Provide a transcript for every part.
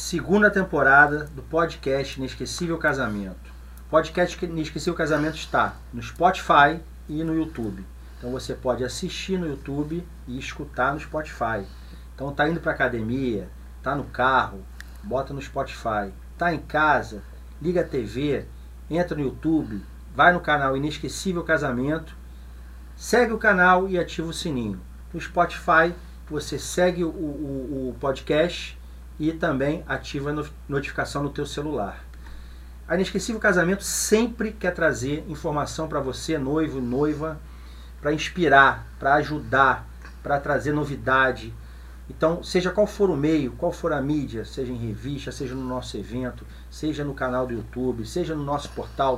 segunda temporada do podcast Inesquecível Casamento. O podcast Inesquecível Casamento está no Spotify e no YouTube. Então você pode assistir no YouTube e escutar no Spotify. Então tá indo para academia, tá no carro, bota no Spotify. Tá em casa, liga a TV, entra no YouTube, vai no canal Inesquecível Casamento, segue o canal e ativa o sininho. No Spotify você segue o podcast e também ativa a notificação no teu celular. A Inesquecível Casamento sempre quer trazer informação para você, noivo, noiva, para inspirar, para ajudar, para trazer novidade. Então, seja qual for o meio, qual for a mídia, seja em revista, seja no nosso evento, seja no canal do YouTube, seja no nosso portal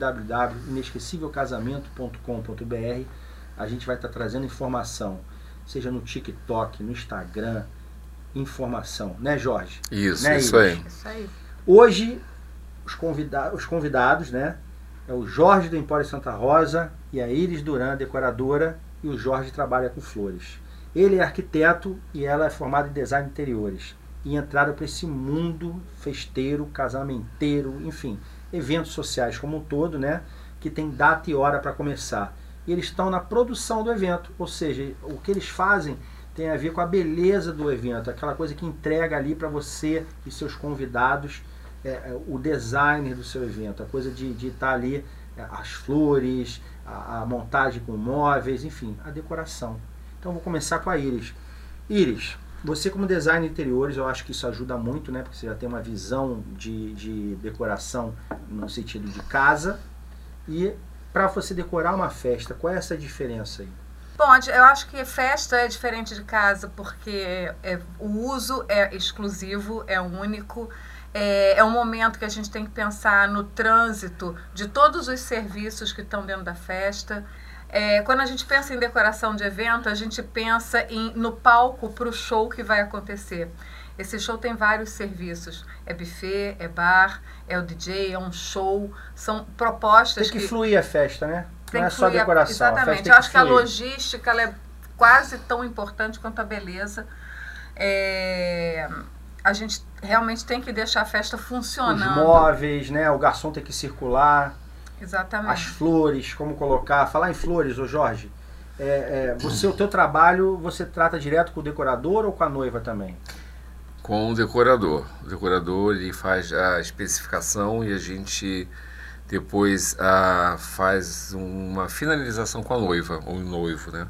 www.inesquecívelcasamento.com.br, a gente vai estar trazendo informação, seja no TikTok, no Instagram, informação, né, Jorge? Isso, né, isso aí. Isso aí. Hoje, os convidados, né, é o Jorge do Empório Santa Rosa e a Iris Duran, decoradora, e o Jorge trabalha com flores. Ele é arquiteto e ela é formada em design de interiores. E entraram para esse mundo festeiro, casamenteiro, enfim, eventos sociais como um todo, né, que tem data e hora para começar. E eles estão na produção do evento, ou seja, o que eles fazem tem a ver com a beleza do evento, aquela coisa que entrega ali para você e seus convidados o design do seu evento, a coisa de estar ali, as flores, a montagem com móveis, enfim, a decoração. Então vou começar com a Iris. Iris, você como designer de interiores, eu acho que isso ajuda muito, né? Porque você já tem uma visão de decoração no sentido de casa. E para você decorar uma festa, qual é essa diferença aí? Bom, eu acho que festa é diferente de casa porque o uso é exclusivo, é único. É um momento que a gente tem que pensar no trânsito de todos os serviços que estão dentro da festa. Quando a gente pensa em decoração de evento, a gente pensa no palco para o show que vai acontecer. Esse show tem vários serviços. É buffet, é bar, é o DJ, é um show. São propostas Tem que fluir a festa, né? Não é só decoração. Exatamente. Eu acho que a logística ela é quase tão importante quanto a beleza. A gente realmente tem que deixar a festa funcionando. Os móveis, né? O garçom tem que circular. Exatamente. As flores, como colocar. Falar em flores, ô Jorge, o teu trabalho, você trata direto com o decorador ou com a noiva também? Com o decorador. O decorador ele faz a especificação e a gente depois faz uma finalização com a noiva ou o noivo, né?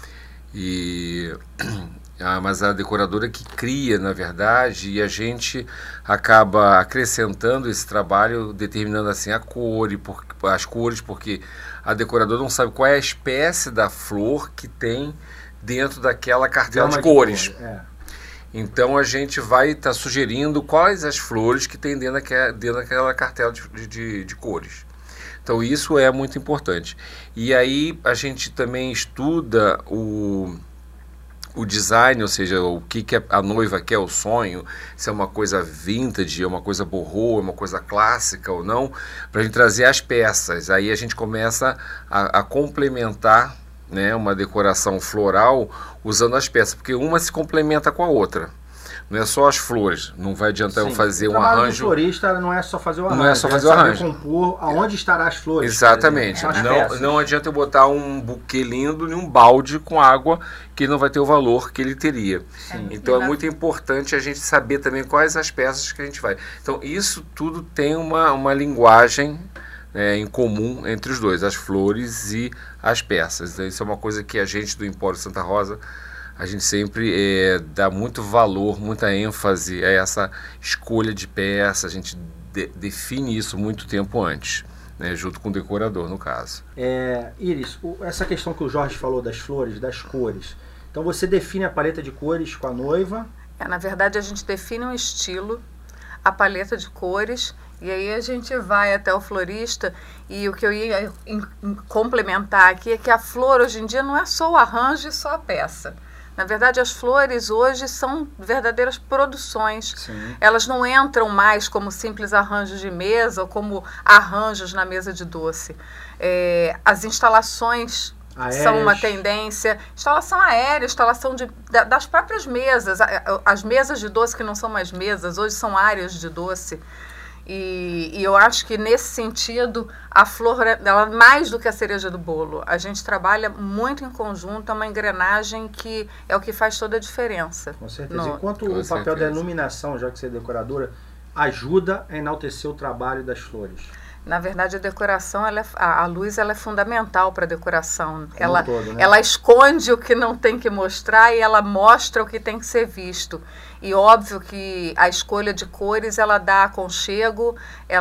Mas a decoradora que cria, na verdade, e a gente acaba acrescentando esse trabalho, determinando assim as cores, porque a decoradora não sabe qual é a espécie da flor que tem dentro daquela cartela de cores. Então a gente vai estar sugerindo quais as flores que tem dentro daquela cartela de cores. Então isso é muito importante. E aí a gente também estuda o design, ou seja, o que a noiva quer, o sonho, se é uma coisa vintage, é uma coisa boho, é uma coisa clássica ou não, para a gente trazer as peças. Aí a gente começa a complementar, né, uma decoração floral usando as peças, porque uma se complementa com a outra. Não é só as flores, não vai adiantar eu fazer um arranjo. O florista não é só fazer o arranjo, não é só fazer o arranjo. Compor aonde estará as flores. Exatamente. Não adianta eu botar um buquê lindo em um balde com água que não vai ter o valor que ele teria. Então é muito importante a gente saber também quais as peças que a gente vai. Então isso tudo tem uma linguagem em comum entre os dois, as flores e as peças. Então, isso é uma coisa que a gente do Empório Santa Rosa, a gente sempre dá muito valor, muita ênfase a essa escolha de peça, a gente define isso muito tempo antes, né, junto com o decorador, no caso. Iris, essa questão que o Jorge falou das flores, das cores, então você define a paleta de cores com a noiva? Na verdade, a gente define um estilo, a paleta de cores, e aí a gente vai até o florista, e o que eu ia complementar aqui é que a flor hoje em dia não é só o arranjo e só a peça. Na verdade, as flores hoje são verdadeiras produções. Sim. Elas não entram mais como simples arranjos de mesa ou como arranjos na mesa de doce. As instalações são uma tendência. Instalação aérea, instalação das próprias mesas. As mesas de doce que não são mais mesas, hoje são áreas de doce. E eu acho que, nesse sentido, a flor, ela é mais do que a cereja do bolo. A gente trabalha muito em conjunto, é uma engrenagem que é o que faz toda a diferença. Com certeza. Enquanto o papel da iluminação, já que você é decoradora, ajuda a enaltecer o trabalho das flores? Na verdade, a decoração, a luz ela é fundamental para a decoração. Todo, né? Ela esconde o que não tem que mostrar e ela mostra o que tem que ser visto. E óbvio que a escolha de cores, ela dá aconchego,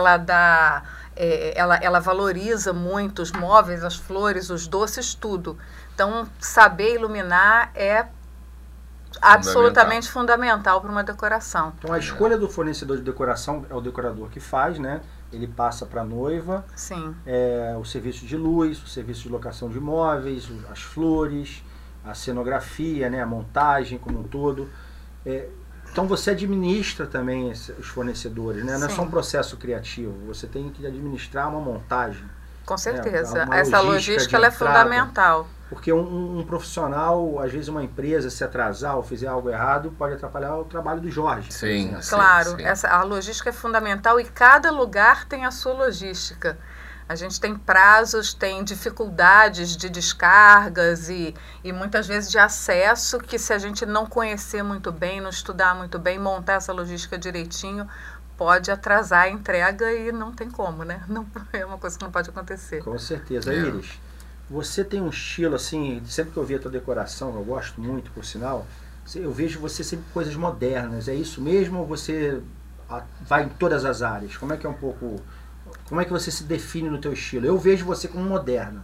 ela valoriza muito os móveis, as flores, os doces, tudo. Então, saber iluminar é absolutamente fundamental para uma decoração. Então, a escolha do fornecedor de decoração é o decorador que faz, né? Ele passa para a noiva. Sim. O serviço de luz, o serviço de locação de móveis, as flores, a cenografia, né? A montagem como um todo. Então você administra também os fornecedores, né? Não é só um processo criativo, você tem que administrar uma montagem. Com certeza. Essa logística ela é fundamental. Porque um profissional, às vezes uma empresa, se atrasar ou fizer algo errado, pode atrapalhar o trabalho do Jorge. Sim, claro. Sim. A logística é fundamental e cada lugar tem a sua logística. A gente tem prazos, tem dificuldades de descargas e muitas vezes de acesso que, se a gente não conhecer muito bem, não estudar muito bem, montar essa logística direitinho, pode atrasar a entrega e não tem como, né? Não, é uma coisa que não pode acontecer. Com certeza. Iris, você tem um estilo assim, sempre que eu vi a tua decoração, eu gosto muito, por sinal, eu vejo você sempre coisas modernas. É isso mesmo ou você vai em todas as áreas? Como é que é como é que você se define no teu estilo? Eu vejo você como moderna.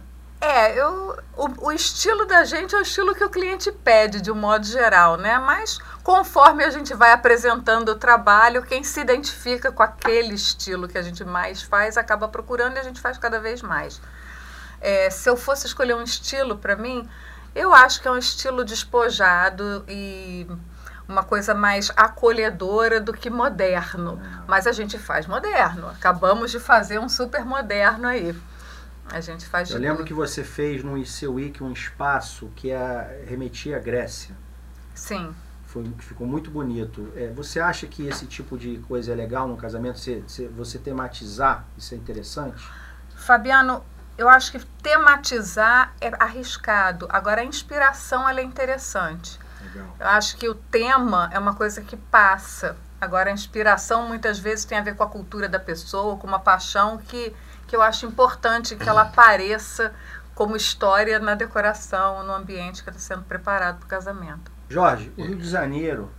O estilo da gente é o estilo que o cliente pede, de um modo geral, né? Mas conforme a gente vai apresentando o trabalho, quem se identifica com aquele estilo que a gente mais faz, acaba procurando e a gente faz cada vez mais. Se eu fosse escolher um estilo para mim, eu acho que é um estilo despojado e uma coisa mais acolhedora do que moderno. Mas a gente faz moderno. Acabamos de fazer um super moderno aí. A gente faz Eu lembro que você fez no seu wiki um espaço que remetia à Grécia. Sim. Ficou muito bonito. Você acha que esse tipo de coisa é legal no casamento? Você tematizar, isso é interessante? Fabiano, eu acho que tematizar é arriscado. Agora, a inspiração ela é interessante. Legal. Eu acho que o tema é uma coisa que passa. Agora, a inspiração muitas vezes tem a ver com a cultura da pessoa, com uma paixão que eu acho importante que ela apareça como história na decoração, no ambiente que está sendo preparado para o casamento. Jorge, o Rio de Janeiro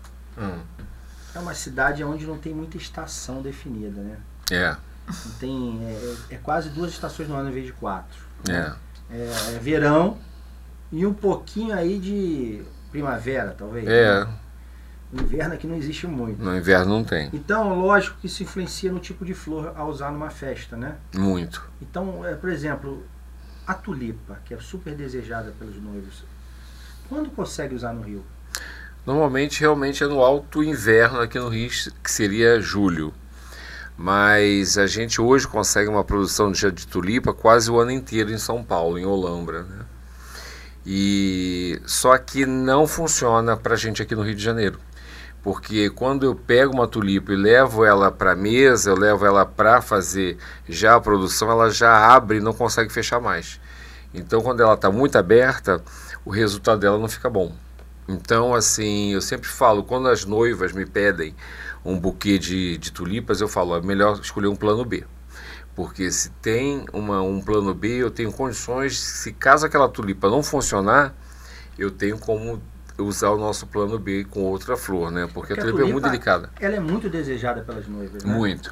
é uma cidade onde não tem muita estação definida, né? Não tem, quase 2 estações no ano em vez de 4. Né? É verão e um pouquinho aí de primavera, talvez. Né? No inverno aqui não existe muito. No inverno não tem. Então, lógico que isso influencia no tipo de flor a usar numa festa, né? Muito. Então, por exemplo, a tulipa, que é super desejada pelos noivos, quando consegue usar no Rio? Normalmente, realmente é no alto inverno aqui no Rio, que seria julho. Mas a gente hoje consegue uma produção de tulipa quase o ano inteiro em São Paulo, em Olambra, né? Só que não funciona para a gente aqui no Rio de Janeiro. Porque quando eu pego uma tulipa e levo ela para a mesa, eu levo ela para fazer já a produção, ela já abre e não consegue fechar mais. Então, quando ela está muito aberta, o resultado dela não fica bom. Então, assim, eu sempre falo, quando as noivas me pedem um buquê de tulipas, eu falo, é melhor escolher um plano B. Porque se tem um plano B, eu tenho condições, se caso aquela tulipa não funcionar, eu tenho como usar o nosso plano B com outra flor, né? Porque a tulipa é muito delicada. Ela é muito desejada pelas noivas, né? Muito.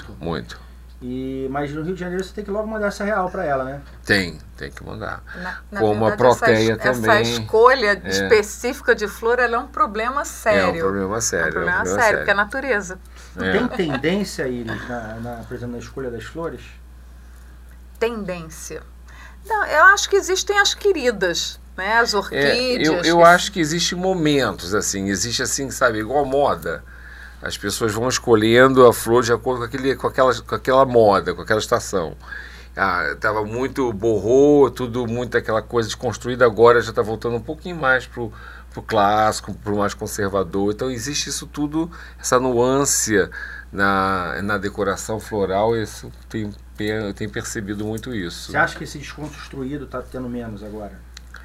Mas no Rio de Janeiro você tem que logo mandar essa real para ela, né? Tem que mandar. Como a proteia também. Essa escolha específica de flor, ela é um problema sério. É um problema sério. Porque é a natureza. Tem tendência, Iris, por exemplo, na escolha das flores? Tendência. Não, eu acho que existem as queridas, né? As orquídeas. Eu acho que existem momentos, assim, existe assim, sabe, igual moda. As pessoas vão escolhendo a flor de acordo com aquela moda, com aquela estação. Tava muito borrou, tudo muito aquela coisa desconstruída, agora já está voltando um pouquinho mais pro clássico, pro mais conservador. Então existe isso tudo, essa nuance na decoração floral, isso eu tenho percebido muito isso. Você acha que esse desconstruído está tendo menos agora?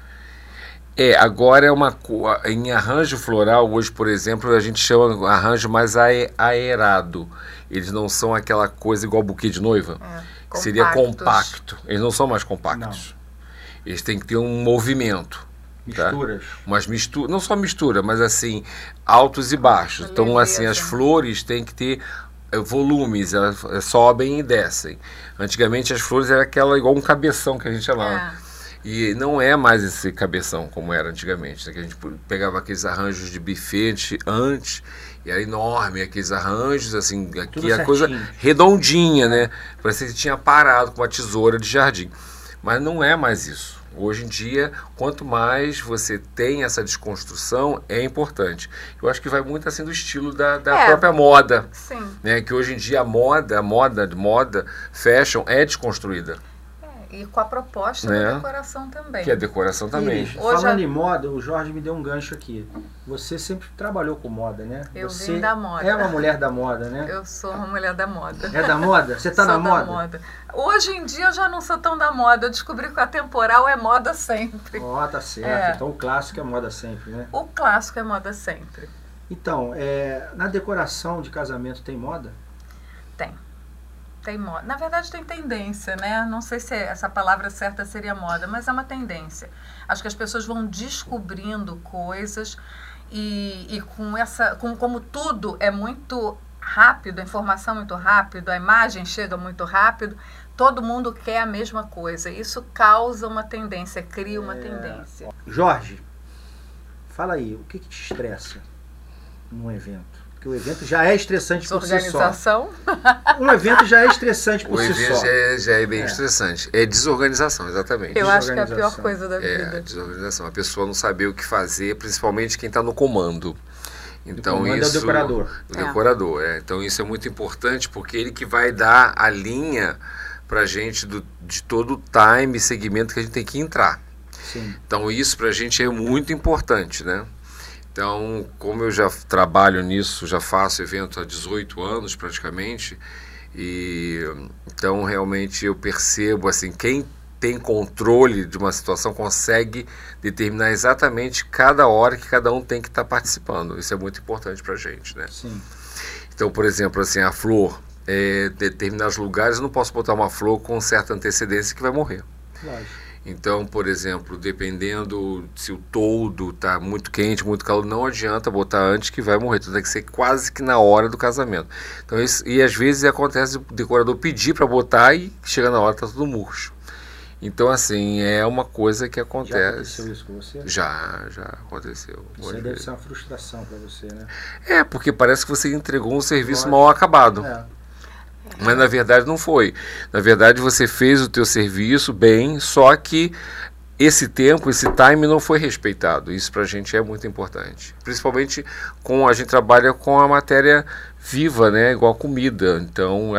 Agora em arranjo floral, hoje, por exemplo, a gente chama arranjo mais aerado. Eles não são aquela coisa igual buquê de noiva, que seria compacto. Eles não são mais compactos. Não. Eles têm que ter um movimento. Misturas. Tá? Mas não só mistura, mas assim, altos e baixos. Então, assim, as flores têm que ter volumes, elas sobem e descem. Antigamente as flores eram aquela igual um cabeção que a gente chamava. E não é mais esse cabeção como era antigamente, né? Que a gente pegava aqueles arranjos de buffet antes, e era enorme, aqueles arranjos, assim, aqui a coisa redondinha, né? Parecia que tinha parado com uma tesoura de jardim. Mas não é mais isso. Hoje em dia, quanto mais você tem essa desconstrução, é importante. Eu acho que vai muito assim do estilo da própria moda. Sim. Né? Que hoje em dia a moda, fashion é desconstruída. E com a proposta da decoração também. Que é decoração também. Falando em moda, o Jorge me deu um gancho aqui. Você sempre trabalhou com moda, né? Você vim da moda. É uma mulher da moda, né? Eu sou uma mulher da moda. É da moda? Você está na moda? Da moda. Hoje em dia eu já não sou tão da moda. Eu descobri que a temporal é moda sempre. Tá certo. Então o clássico é moda sempre, né? O clássico é moda sempre. Então, na decoração de casamento tem moda? Tem moda. Na verdade tem tendência, né? Não sei se essa palavra certa seria moda, mas é uma tendência. Acho que as pessoas vão descobrindo coisas e como tudo é muito rápido, a informação é muito rápido, a imagem chega muito rápido, todo mundo quer a mesma coisa. Isso causa uma tendência, cria uma tendência. Jorge, fala aí, o que te estressa num evento? Porque o evento já é estressante por si só. Organização? Um evento já é estressante por si só. O evento já é bem estressante. É desorganização, exatamente. Eu acho que é a pior coisa da vida. Desorganização. A pessoa não saber o que fazer, principalmente quem está no comando. Então, o comando é o decorador. O decorador, Então isso é muito importante, porque ele que vai dar a linha para a gente de todo o time e segmento que a gente tem que entrar. Sim. Então isso para a gente é muito importante, né? Então, como eu já trabalho nisso, já faço evento há 18 anos praticamente, então realmente eu percebo, assim, quem tem controle de uma situação consegue determinar exatamente cada hora que cada um tem que estar participando. Isso é muito importante para a gente, né? Sim. Então, por exemplo, assim, a flor, determinados lugares eu não posso botar uma flor com certa antecedência que vai morrer. Lógico. Então, por exemplo, dependendo se o toldo está muito quente, muito calor, não adianta botar antes que vai morrer. Então tem que ser quase que na hora do casamento. Então, e às vezes acontece o decorador pedir para botar e chega na hora está tudo murcho. Então, assim, é uma coisa que acontece. Já aconteceu isso com você? Já aconteceu. Isso aí deve ser uma frustração para você, né? Porque parece que você entregou um serviço mal acabado. Mas na verdade não foi. Na verdade você fez o teu serviço bem, só que esse tempo, esse time não foi respeitado. Isso pra gente é muito importante. Principalmente a gente trabalha com a matéria viva, né? Igual a comida. Então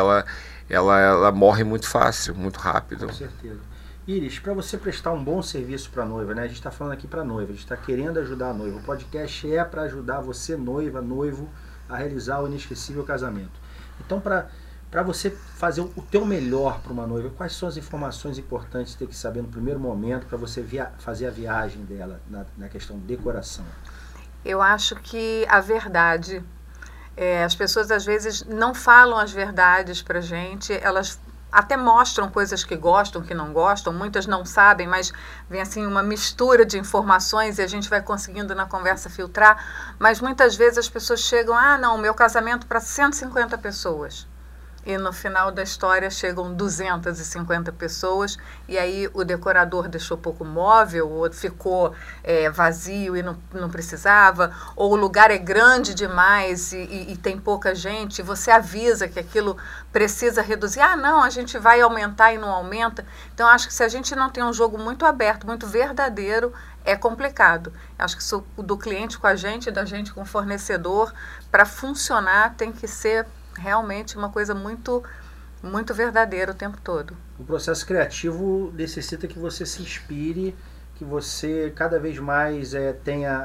ela morre muito fácil, muito rápido. Com certeza. Iris, para você prestar um bom serviço para a noiva, né? A gente está falando aqui para noiva, a gente está querendo ajudar a noiva. O podcast é para ajudar você, noivo, a realizar o inesquecível casamento. Então, para você fazer o teu melhor para uma noiva, quais são as informações importantes que tem que saber no primeiro momento para você fazer a viagem dela na questão de decoração? Eu acho que a verdade, as pessoas às vezes não falam as verdades para a gente, elas até mostram coisas que gostam, que não gostam, muitas não sabem, mas vem assim uma mistura de informações e a gente vai conseguindo na conversa filtrar, mas muitas vezes as pessoas chegam, não, meu casamento para 150 pessoas. E no final da história chegam 250 pessoas e aí o decorador deixou pouco móvel, ou ficou vazio e não precisava, ou o lugar é grande demais e tem pouca gente, e você avisa que aquilo precisa reduzir. Não, a gente vai aumentar e não aumenta. Então acho que se a gente não tem um jogo muito aberto, muito verdadeiro, é complicado. Acho que isso do cliente com a gente, da gente com o fornecedor, para funcionar tem que ser realmente uma coisa muito muito verdadeiro o tempo todo. O processo criativo necessita que você se inspire, que você cada vez mais tenha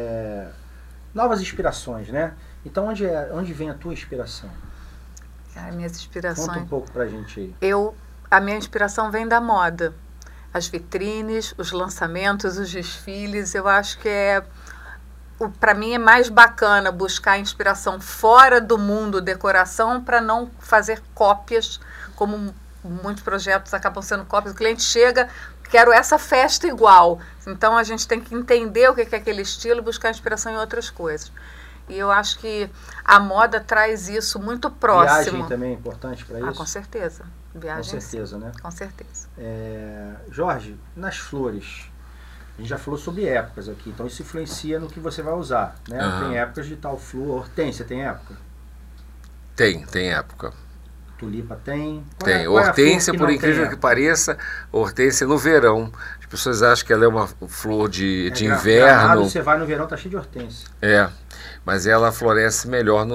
novas inspirações, né? Então, onde vem a tua inspiração? Minhas inspirações... Conta um pouco pra gente aí. A minha inspiração vem da moda. As vitrines, os lançamentos, os desfiles, eu acho que para mim é mais bacana buscar inspiração fora do mundo decoração para não fazer cópias, como muitos projetos acabam sendo cópias. O cliente chega, quero essa festa igual. Então a gente tem que entender o que é aquele estilo e buscar inspiração em outras coisas. E eu acho que a moda traz isso muito próximo. Viagem também é importante para isso? Com certeza. Viagem, com certeza, né? Com certeza. Jorge, nas flores, a gente já falou sobre épocas aqui, então isso influencia no que você vai usar, né? Tem épocas de tal flor. Hortênsia tem época? Tem época. Tulipa tem? Tem. Hortência, por incrível que pareça, hortência no verão. As pessoas acham que ela é uma flor de inverno. Gramado, você vai no verão, tá cheio de hortência. Mas ela floresce melhor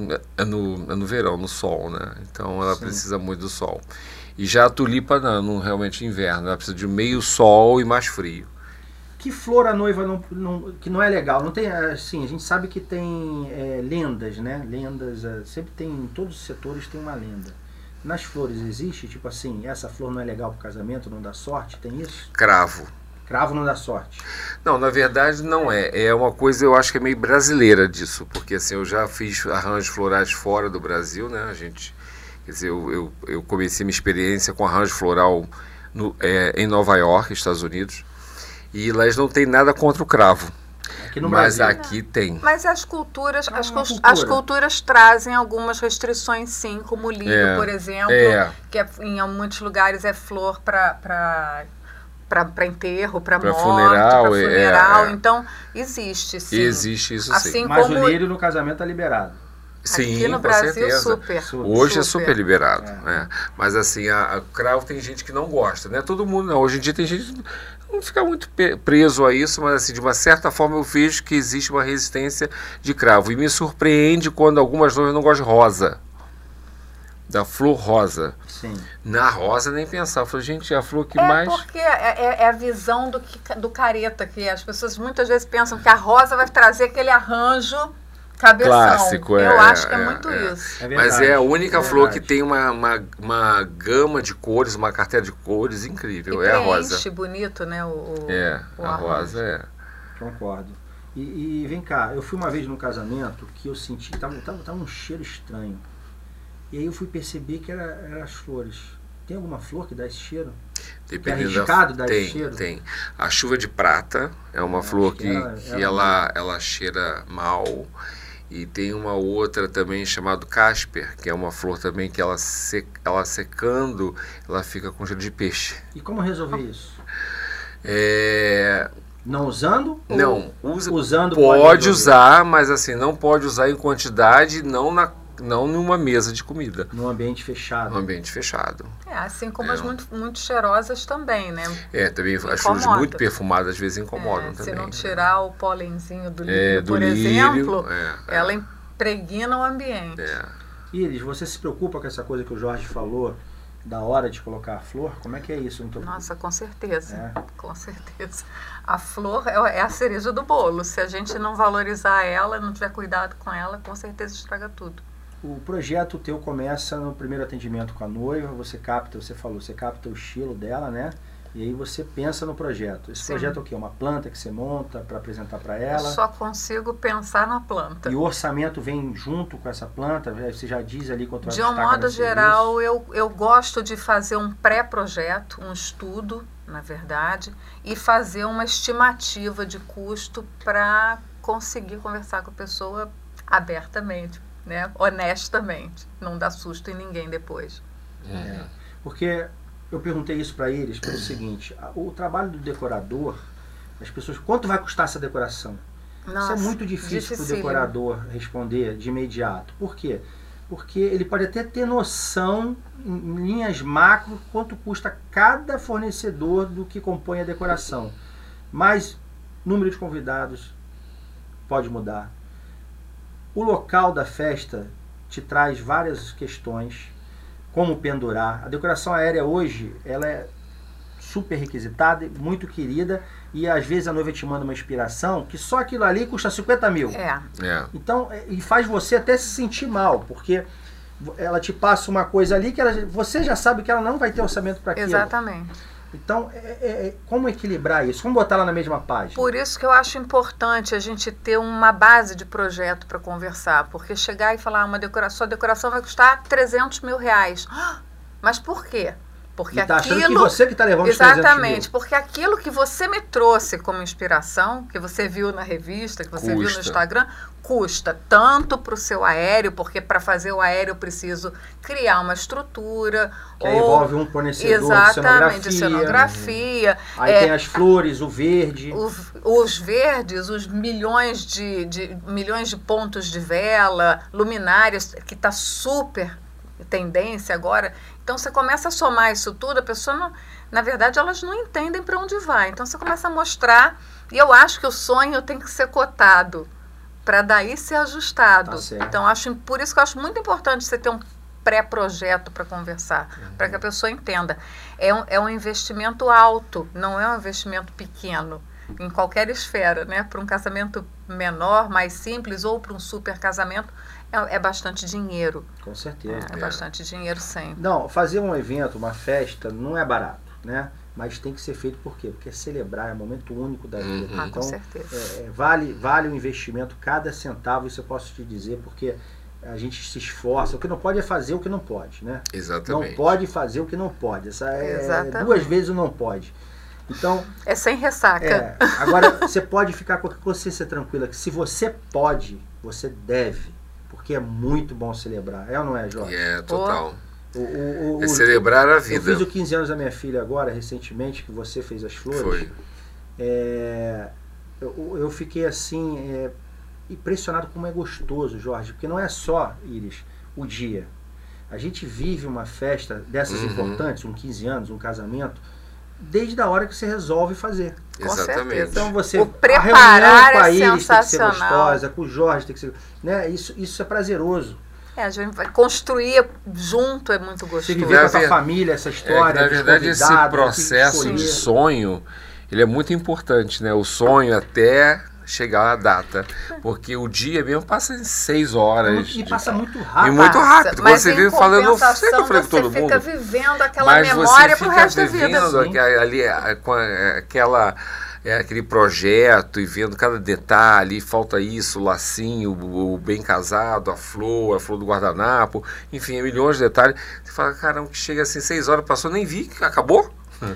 no verão, no sol, né? Então ela precisa muito do sol. E já a tulipa não realmente inverno, ela precisa de meio sol e mais frio. Que flor a noiva que não é legal? Não tem, assim, a gente sabe que tem lendas, né? Lendas, sempre tem, em todos os setores tem uma lenda. Nas flores existe, tipo assim, essa flor não é legal pro casamento, não dá sorte, tem isso? Cravo. Cravo não dá sorte. Não, na verdade não é. É uma coisa, eu acho que é meio brasileira disso, porque assim, eu já fiz arranjos florais fora do Brasil, né? Quer dizer, eu comecei minha experiência com arranjo floral em Nova York, Estados Unidos, e lá eles não tem nada contra o cravo. Mas aqui tem. Mas as culturas, as culturas trazem algumas restrições, sim, como o lírio, por exemplo, que em muitos lugares é flor para enterro, para morte, para funeral. Então, existe, sim. Existe isso, assim sim. Mas o lírio no casamento é liberado. Sim, aqui no Brasil, certeza. Super. Hoje é super liberado. Mas assim, a cravo tem gente que não gosta, né? Todo mundo não. Hoje em dia tem gente que não fica muito preso a isso, mas assim, de uma certa forma eu vejo que existe uma resistência de cravo. E me surpreende quando algumas noivas não gostam de rosa. Da flor rosa. Sim. Na rosa nem pensar. Eu falei, gente, é a flor que mais... Porque é a visão do careta, que as pessoas muitas vezes pensam que a rosa vai trazer aquele arranjo cabeção. Clássico, eu acho que é muito isso. Mas é a única flor que tem uma gama de cores, uma cartela de cores incrível. E a rosa. Bonito, né? A rosa Concordo. E vem cá, eu fui uma vez num casamento que eu senti que tava um cheiro estranho. E aí eu fui perceber que eram as flores. Tem alguma flor que dá esse cheiro? Dependendo que é arriscado dar esse cheiro? Tem. A chuva de prata é uma flor que ela cheira mal. E tem uma outra também chamada Casper, que é uma flor também que ela secando, ela fica com cheiro de peixe. E como resolver isso? Não usando? Não, usando pode usar, mas assim, não pode usar em quantidade, não numa mesa de comida. Num ambiente fechado. Num ambiente fechado. Assim como as muito cheirosas também, né? Também as flores muito perfumadas às vezes incomodam também. Se não tirar o pólenzinho do lírio, por exemplo, ela impregna o ambiente. Iris, você se preocupa com essa coisa que o Jorge falou, da hora de colocar a flor? Como é que é isso? Nossa, com certeza. Com certeza. A flor é a cereja do bolo. Se a gente não valorizar ela, não tiver cuidado com ela, com certeza estraga tudo. O projeto teu começa no primeiro atendimento com a noiva, você capta o estilo dela, né? E aí você pensa no projeto. Esse projeto é o quê? Uma planta que você monta para apresentar para ela? Eu só consigo pensar na planta. E o orçamento vem junto com essa planta? Você já diz ali quanto vai custar? De um modo geral, eu gosto de fazer um pré-projeto, um estudo, na verdade, e fazer uma estimativa de custo para conseguir conversar com a pessoa abertamente, né? Honestamente. Não dar susto em ninguém depois. Porque eu perguntei isso para eles pelo seguinte: o trabalho do decorador, as pessoas, quanto vai custar essa decoração? Isso é muito difícil para o decorador responder de imediato. Por quê? Porque ele pode até ter noção, em linhas macro, quanto custa cada fornecedor do que compõe a decoração. Mas número de convidados pode mudar. O local da festa te traz várias questões. como pendurar. A decoração aérea hoje, ela é super requisitada, muito querida, e às vezes a noiva te manda uma inspiração que só aquilo ali custa 50 mil. Então, e faz você até se sentir mal, porque ela te passa uma coisa ali que você já sabe que ela não vai ter orçamento para aquilo. Exatamente. Então, como equilibrar isso? Como botar lá na mesma página? Por isso que eu acho importante a gente ter uma base de projeto para conversar, porque chegar e falar, sua decoração vai custar 300 mil reais. Mas por quê? Porque tá achando que você que está levando os 300 mil. Exatamente, porque aquilo que você me trouxe como inspiração, que você viu na revista, que você viu no Instagram, custa tanto para o seu aéreo, porque para fazer o aéreo eu preciso criar uma estrutura. Que envolve um fornecedor de cenografia. Aí tem as flores, o verde. Os verdes, os milhões de pontos de vela, luminárias, que está super tendência agora. Então você começa a somar isso tudo, a pessoa na verdade elas não entendem para onde vai. Então você começa a mostrar, e eu acho que o sonho tem que ser cotado para daí ser ajustado. Tá, então por isso que eu acho muito importante você ter um pré-projeto para conversar, para que a pessoa entenda. É um investimento alto, não é um investimento pequeno, em qualquer esfera, né? Para um casamento menor, mais simples, ou para um super casamento, é bastante dinheiro. Com certeza. É bastante dinheiro sempre. Não, fazer um evento, uma festa, não é barato, né? Mas tem que ser feito por quê? Porque celebrar é um momento único da vida. Então, com certeza. Vale o investimento, cada centavo, isso eu posso te dizer, porque a gente se esforça. O que não pode é fazer o que não pode, né? Exatamente. Não pode fazer o que não pode. Essa duas vezes o não pode. Então, é sem ressaca. Agora, você pode ficar com a consciência tranquila, que se você pode, você deve. Porque é muito bom celebrar. É ou não é, Jorge? Total. Celebrar a vida. Eu fiz os 15 anos da minha filha agora, recentemente, que você fez as flores. Foi. Eu fiquei assim, impressionado como é gostoso, Jorge. Porque não é só, Iris, o dia. A gente vive uma festa dessas importantes, 15 anos, um casamento, desde a hora que você resolve fazer. Exatamente. Então você, o preparar com a Iris Iris tem que ser sensacional. gostosa, com o Jorge tem que ser, né? Isso é prazeroso. A gente vai construir junto, é muito gostoso. Você viver com a sua família, essa história. Na verdade, esse processo de sonho, ele é muito importante, né? O sonho até chegar à data. Porque o dia mesmo passa em 6 horas. E passa muito rápido. E muito rápido. Mas você vive falando, eu falei com todo você mundo. fica vivendo aquela memória pro resto da vida. Aquele projeto e vendo cada detalhe, falta isso, o lacinho, o bem casado, a flor do guardanapo, enfim, milhões de detalhes. Você fala, caramba, que chega assim, 6 horas, passou, nem vi, acabou.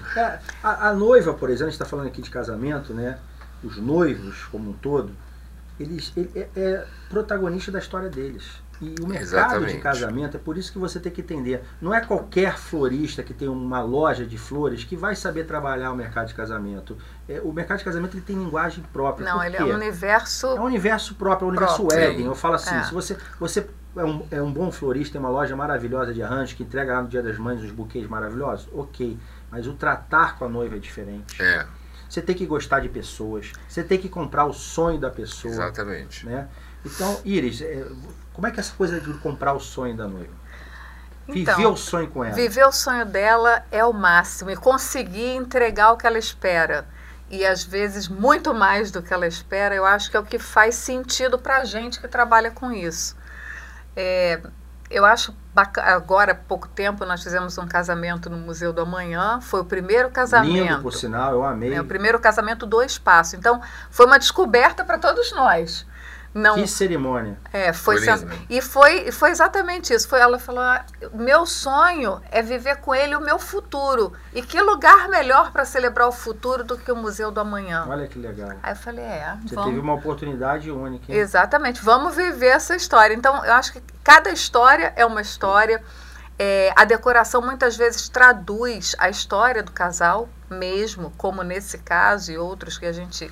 A noiva, por exemplo, a gente está falando aqui de casamento, né? Os noivos, como um todo, ele é protagonista da história deles. E o mercado de casamento, é por isso que você tem que entender, não é qualquer florista que tem uma loja de flores que vai saber trabalhar o mercado de casamento. O mercado de casamento ele tem linguagem própria. Não, ele é um universo... É um universo próprio, é um universo Éden. Eu falo assim, se você é um bom florista, tem uma loja maravilhosa de arranjo, que entrega lá no Dia das Mães uns buquês maravilhosos, ok, mas o tratar com a noiva é diferente. Você tem que gostar de pessoas, você tem que comprar o sonho da pessoa. Exatamente. Né? Então, Iris, como é que é essa coisa de comprar o sonho da noiva? Então, viver o sonho com ela. Viver o sonho dela é o máximo. E conseguir entregar o que ela espera. E às vezes muito mais do que ela espera, eu acho que é o que faz sentido pra gente que trabalha com isso. Eu acho bacana. Agora, há pouco tempo, nós fizemos um casamento no Museu do Amanhã. Foi o primeiro casamento. Lindo, por sinal, eu amei. O primeiro casamento do espaço. Então, foi uma descoberta para todos nós. Não, que cerimônia. E foi exatamente isso. Ela falou, meu sonho é viver com ele o meu futuro. E que lugar melhor para celebrar o futuro do que o Museu do Amanhã? Olha que legal. Aí eu falei, Você teve uma oportunidade única. Hein? Exatamente, vamos viver essa história. Então, eu acho que cada história é uma história. A decoração muitas vezes traduz a história do casal mesmo, como nesse caso e outros que a gente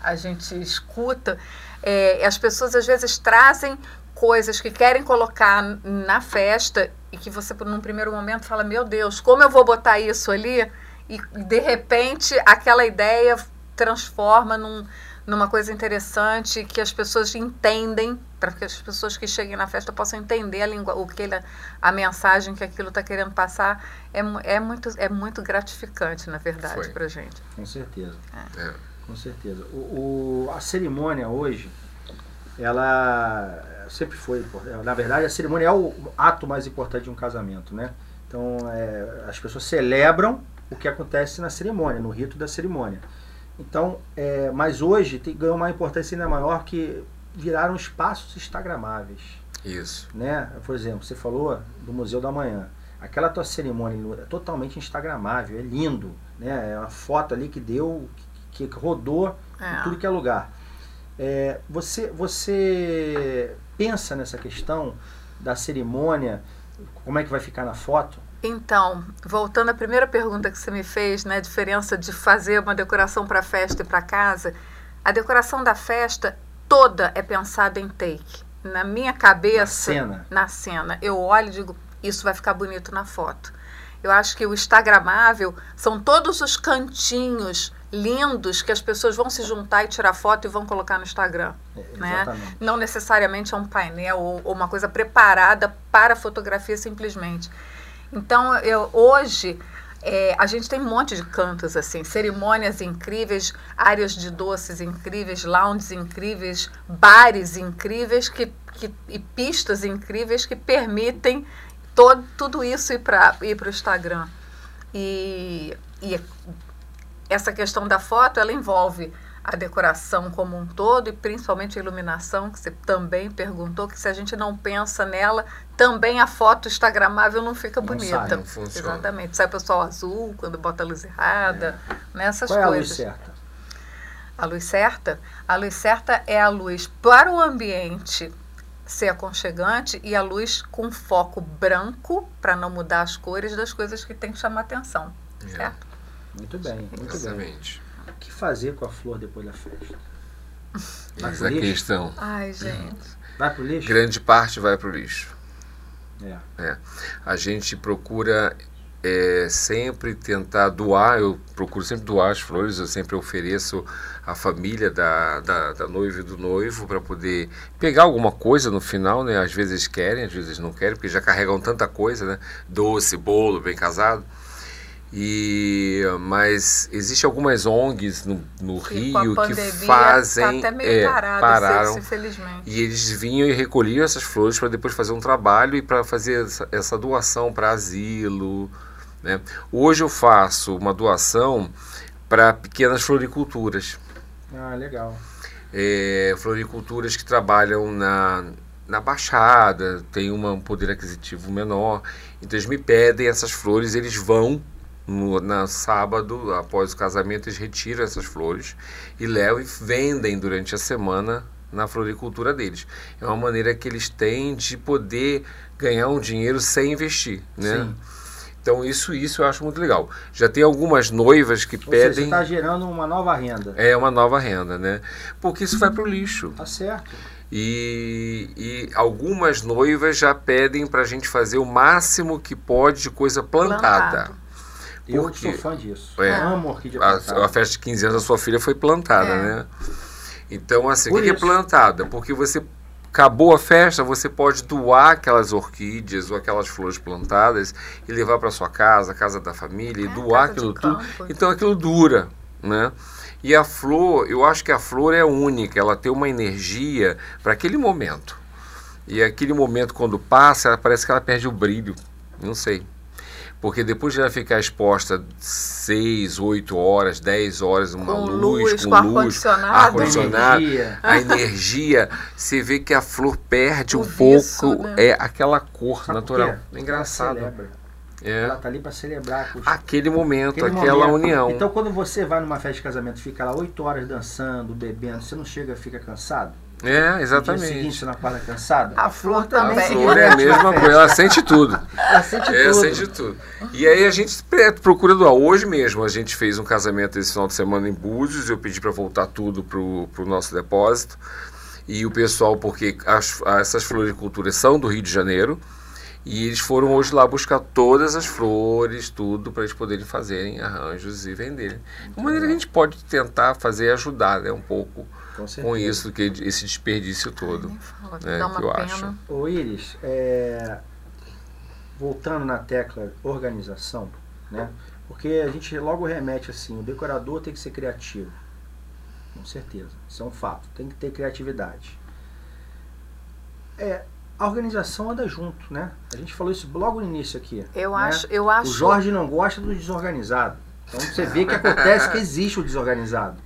escuta. As pessoas às vezes trazem coisas que querem colocar na festa e que você, num primeiro momento, fala, meu Deus, como eu vou botar isso ali? E de repente aquela ideia transforma numa coisa interessante que as pessoas entendem para que as pessoas que cheguem na festa possam entender a mensagem que aquilo está querendo passar, é muito gratificante, na verdade, para a gente. Com certeza. Com certeza. A cerimônia hoje, ela sempre foi, na verdade, a cerimônia é o ato mais importante de um casamento, né? Então, as pessoas celebram o que acontece na cerimônia, no rito da cerimônia. Então, mas hoje ganhou uma importância ainda maior, que viraram espaços instagramáveis. Isso. Né? Por exemplo, você falou do Museu da Manhã. Aquela tua cerimônia é totalmente instagramável, é lindo, né? É uma foto ali que rodou em tudo que é lugar. Você pensa nessa questão da cerimônia, como é que vai ficar na foto? Então, voltando à primeira pergunta que você me fez, né, a diferença de fazer uma decoração para festa e para casa, a decoração da festa toda é pensada em take. Na minha cabeça, na cena, eu olho e digo, isso vai ficar bonito na foto. Eu acho que o instagramável são todos os cantinhos lindos que as pessoas vão se juntar e tirar foto e vão colocar no Instagram. Né? Não necessariamente é um painel ou uma coisa preparada para a fotografia simplesmente. Então, hoje, a gente tem um monte de cantos, assim, cerimônias incríveis, áreas de doces incríveis, lounges incríveis, bares incríveis e pistas incríveis que permitem tudo isso ir para o Instagram. E essa questão da foto, ela envolve a decoração como um todo e principalmente a iluminação, que você também perguntou, que se a gente não pensa nela, também a foto instagramável não fica bonita. Não funciona. Exatamente. Sai o pessoal azul quando bota a luz errada, nessas coisas. Qual é a luz certa? A luz certa? A luz certa é a luz para o ambiente ser aconchegante e a luz com foco branco, para não mudar as cores das coisas que tem que chamar atenção. Certo? Muito bem, muito Exatamente. bem. O que fazer com a flor depois da festa? Essa é a questão. Ai, gente. Vai pro lixo? Grande parte vai pro lixo. A gente procura sempre tentar doar, eu procuro sempre doar as flores, eu sempre ofereço à família da noiva e do noivo para poder pegar alguma coisa no final, né? Às vezes querem, às vezes não querem, porque já carregam tanta coisa, né? Doce, bolo, bem casado. Mas existem algumas ONGs no Rio que fazem, tá até meio pararam, infelizmente. E eles vinham e recolhiam essas flores para depois fazer um trabalho e para fazer essa doação para asilo, né? Hoje eu faço uma doação para pequenas floriculturas. Legal. Floriculturas que trabalham na Baixada, tem um poder aquisitivo menor, então eles me pedem essas flores, eles vão no sábado, após o casamento, eles retiram essas flores e levam e vendem durante a semana na floricultura deles. É uma maneira que eles têm de poder ganhar um dinheiro sem investir, né? Sim. Então isso eu acho muito legal. Já tem algumas noivas que pedem... Você está gerando uma nova renda. Uma nova renda, né? Porque isso vai para o lixo. Tá certo. E algumas noivas já pedem para a gente fazer o máximo que pode de coisa plantada. Eu sou fã disso. Amo orquídea plantada. A festa de 15 anos da sua filha foi plantada, né? Então, assim, o que é plantada? Porque você acabou a festa, você pode doar aquelas orquídeas ou aquelas flores plantadas e levar para sua casa, a casa da família, e doar aquilo tudo. Então, aquilo dura, né? E a flor, eu acho que a flor é única, ela tem uma energia para aquele momento. E aquele momento, quando passa, parece que ela perde o brilho. Não sei. Porque depois de ela ficar exposta 6, 8 horas, 10 horas, uma luz, com ar-condicionado, a energia, você vê que a flor perde um pouco, né? Aquela cor natural. É engraçado. Ela está ali para celebrar aquele momento, aquela união. Então, quando você vai numa festa de casamento, fica lá 8 horas dançando, bebendo, você não fica cansado? Exatamente. No dia seguinte, você não acorda cansado? A flor também. A flor é a mesma coisa, ela sente tudo. Sente tudo. E aí a gente procura doar. Hoje mesmo a gente fez um casamento esse final de semana em Búzios, eu pedi para voltar tudo pro nosso depósito. E o pessoal, porque essas floriculturas são do Rio de Janeiro, E eles foram hoje lá buscar todas as flores, tudo, para eles poderem fazerem arranjos e venderem. De maneira que a gente pode tentar fazer ajudar, né, um pouco com isso, que esse desperdício todo. Dá uma que eu pena. acho. Ô Iris, voltando na tecla organização, né? Porque a gente logo remete assim, o decorador tem que ser criativo. Com certeza, isso é um fato, tem que ter criatividade. A organização anda junto, né? A gente falou isso logo no início aqui. Eu né? acho. O Jorge não gosta do desorganizado. Então você vê que acontece que existe o desorganizado.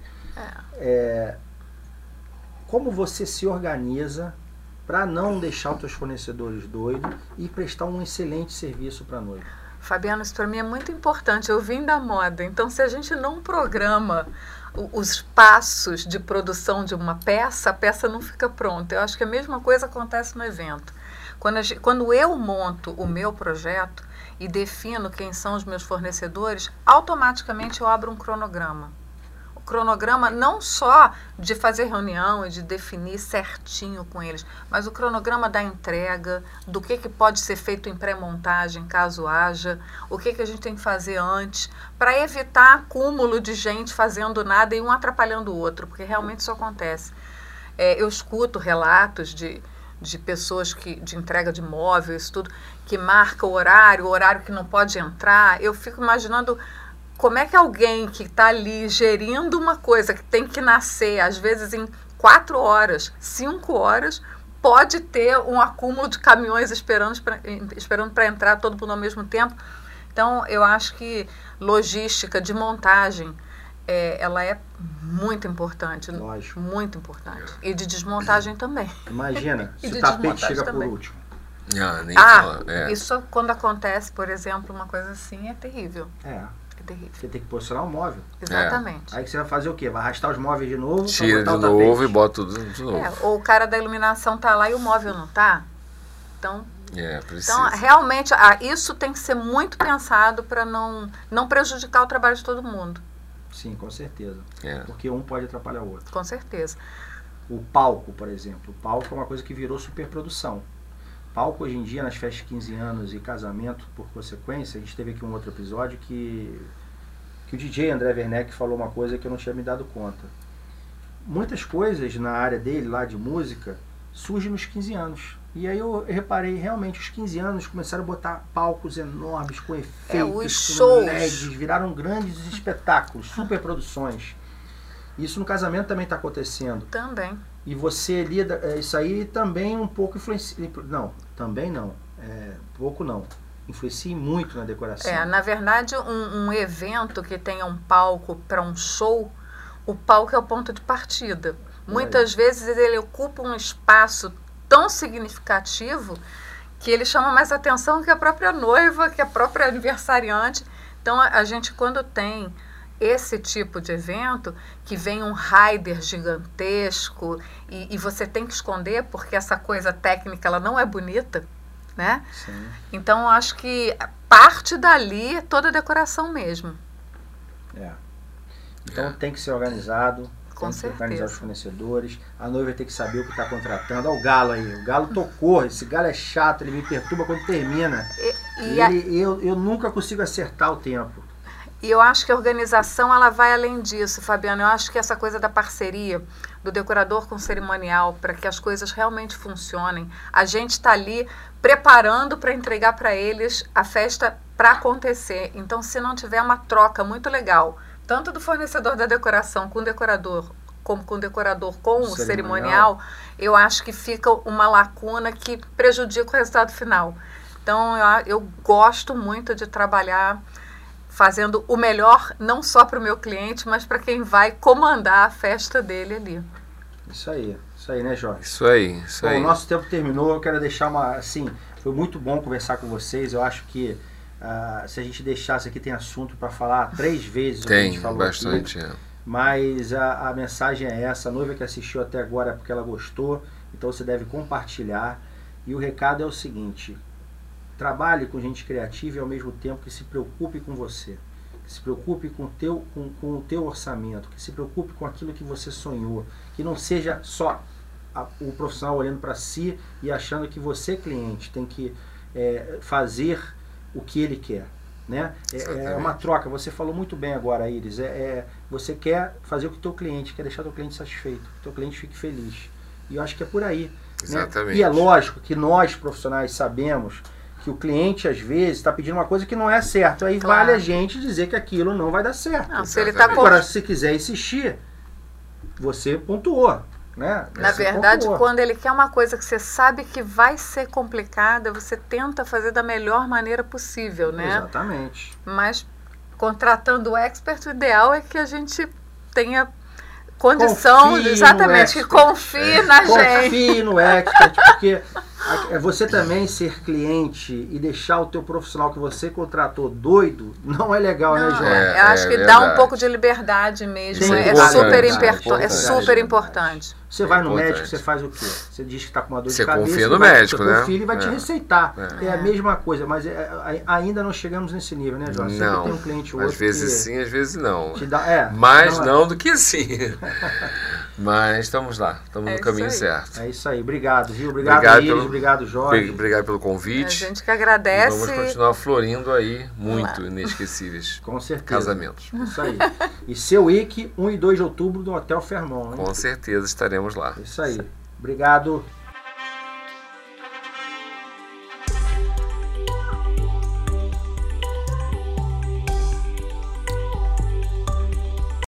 Como você se organiza para não deixar os seus fornecedores doidos e prestar um excelente serviço para a noiva? Fabiano, isso para mim é muito importante. Eu vim da moda, então se a gente não programa os passos de produção de uma peça, a peça não fica pronta. Eu acho que a mesma coisa acontece no evento. Quando eu monto o meu projeto e defino quem são os meus fornecedores, automaticamente eu abro um cronograma. O cronograma não só de fazer reunião e de definir certinho com eles, mas o cronograma da entrega, do que pode ser feito em pré-montagem, caso haja, o que a gente tem que fazer antes, para evitar acúmulo de gente fazendo nada e um atrapalhando o outro, porque realmente isso acontece. Eu escuto relatos de pessoas de entrega de móveis, tudo, que marca o horário que não pode entrar. Eu fico imaginando como é que alguém que está ali gerindo uma coisa que tem que nascer, às vezes em 4 horas, 5 horas, pode ter um acúmulo de caminhões esperando para entrar todo mundo ao mesmo tempo. Então, eu acho que logística de montagem, ela é muito importante. Lógico. Muito importante. E de desmontagem também. Imagina, se o tapete chega por último. Isso quando acontece, por exemplo, uma coisa assim, é terrível. É terrível. Você tem que posicionar o móvel. Exatamente. Aí você vai fazer o quê? Vai arrastar os móveis de novo? Tira de novo e bota tudo de novo. Ou o cara da iluminação tá lá e o móvel não tá. Então, precisa. Então realmente, isso tem que ser muito pensado para não prejudicar o trabalho de todo mundo. Sim, com certeza. Porque um pode atrapalhar o outro. Com certeza. O palco, por exemplo. O palco é uma coisa que virou superprodução. Palco hoje em dia, nas festas de 15 anos e casamento, por consequência, a gente teve aqui um outro episódio que o DJ André Werneck falou uma coisa que eu não tinha me dado conta. Muitas coisas na área dele, lá de música, surgem nos 15 anos. E aí eu reparei, realmente, os 15 anos começaram a botar palcos enormes, com efeitos, com LEDs, viraram grandes espetáculos, superproduções. Isso no casamento também está acontecendo. Também. E você lida, isso aí também um pouco influencia, não, também não, pouco não, influencia muito na decoração. Na verdade, um evento que tenha um palco para um show, o palco é o ponto de partida. Muitas vezes ele ocupa um espaço tão significativo que ele chama mais atenção que a própria noiva, que a própria aniversariante. Então, a gente, quando tem esse tipo de evento, que vem um rider gigantesco e você tem que esconder porque essa coisa técnica ela não é bonita, né? Sim. Então, eu acho que parte dali é toda a decoração mesmo. Então, tem que ser organizado. Com tem que certeza. Organizar os fornecedores. A noiva tem que saber o que está contratando. Olha o Galo aí. O Galo tocou. Esse Galo é chato. Ele me perturba quando termina. Eu nunca consigo acertar o tempo. E eu acho que a organização ela vai além disso, Fabiano. Eu acho que essa coisa da parceria do decorador com o cerimonial, para que as coisas realmente funcionem, a gente está ali preparando para entregar para eles a festa para acontecer. Então, se não tiver uma troca muito legal, tanto do fornecedor da decoração com o decorador, como com o decorador com o cerimonial, eu acho que fica uma lacuna que prejudica o resultado final. Então, eu gosto muito de trabalhar fazendo o melhor, não só para o meu cliente, mas para quem vai comandar a festa dele ali. Isso aí, né, Jorge? Isso aí. O nosso tempo terminou, eu quero deixar foi muito bom conversar com vocês, eu acho que se a gente deixasse aqui, tem assunto para falar 3 vezes o que a gente falou bastante, aqui. Mas a mensagem é essa, a noiva que assistiu até agora é porque ela gostou, então você deve compartilhar, e o recado é o seguinte: trabalhe com gente criativa e ao mesmo tempo que se preocupe com você, que se preocupe com o teu orçamento, que se preocupe com aquilo que você sonhou, que não seja só o profissional olhando para si e achando que você, cliente, tem que fazer o que ele quer. Né? É uma troca. Você falou muito bem agora, Iris. Você quer fazer o que o teu cliente, quer deixar o teu cliente satisfeito, que o teu cliente fique feliz. E eu acho que é por aí. Exatamente. Né? E é lógico que nós, profissionais, sabemos que o cliente, às vezes, está pedindo uma coisa que não é certo. Aí Claro. vale a gente dizer que aquilo não vai dar certo. Não, se ele tá Agora, se quiser insistir, você pontuou. Né? Na Você verdade, pontuou. quando ele quer uma coisa que você sabe que vai ser complicada, você tenta fazer da melhor maneira possível, né? Exatamente. Mas contratando o expert, o ideal é que a gente tenha condição, Confie no exatamente, que expert. confie na gente. Confie no expert, porque você também ser cliente e deixar o teu profissional que você contratou doido não é legal, né, Não, João? eu acho que dá verdade. um pouco de liberdade mesmo. Tem É importante, super, importante, é super importante. Você vai no Importante. médico, você faz o quê? Você diz que está com uma dor de Você cabeça. confia no ele vai- médico, você né? confia, ele vai te receitar. É. É a mesma coisa, mas ainda não chegamos nesse nível, né, João? Sempre Não, tem um cliente ou outro às vezes que sim, às vezes não. te dá, Mais é. não do que sim. Mas estamos lá, estamos É no isso caminho aí. certo. É isso aí. Obrigado, viu? Obrigado, Obrigado Iris. pelo- Obrigado, Jorge. Obrigado pelo A convite. gente que E agradece. vamos continuar florindo aí muito inesquecíveis Com certeza. casamentos. Isso aí. E seu IC, 1 e 2 de outubro, no Hotel Fairmont. Hein? Com certeza estaremos lá. Isso aí. Obrigado.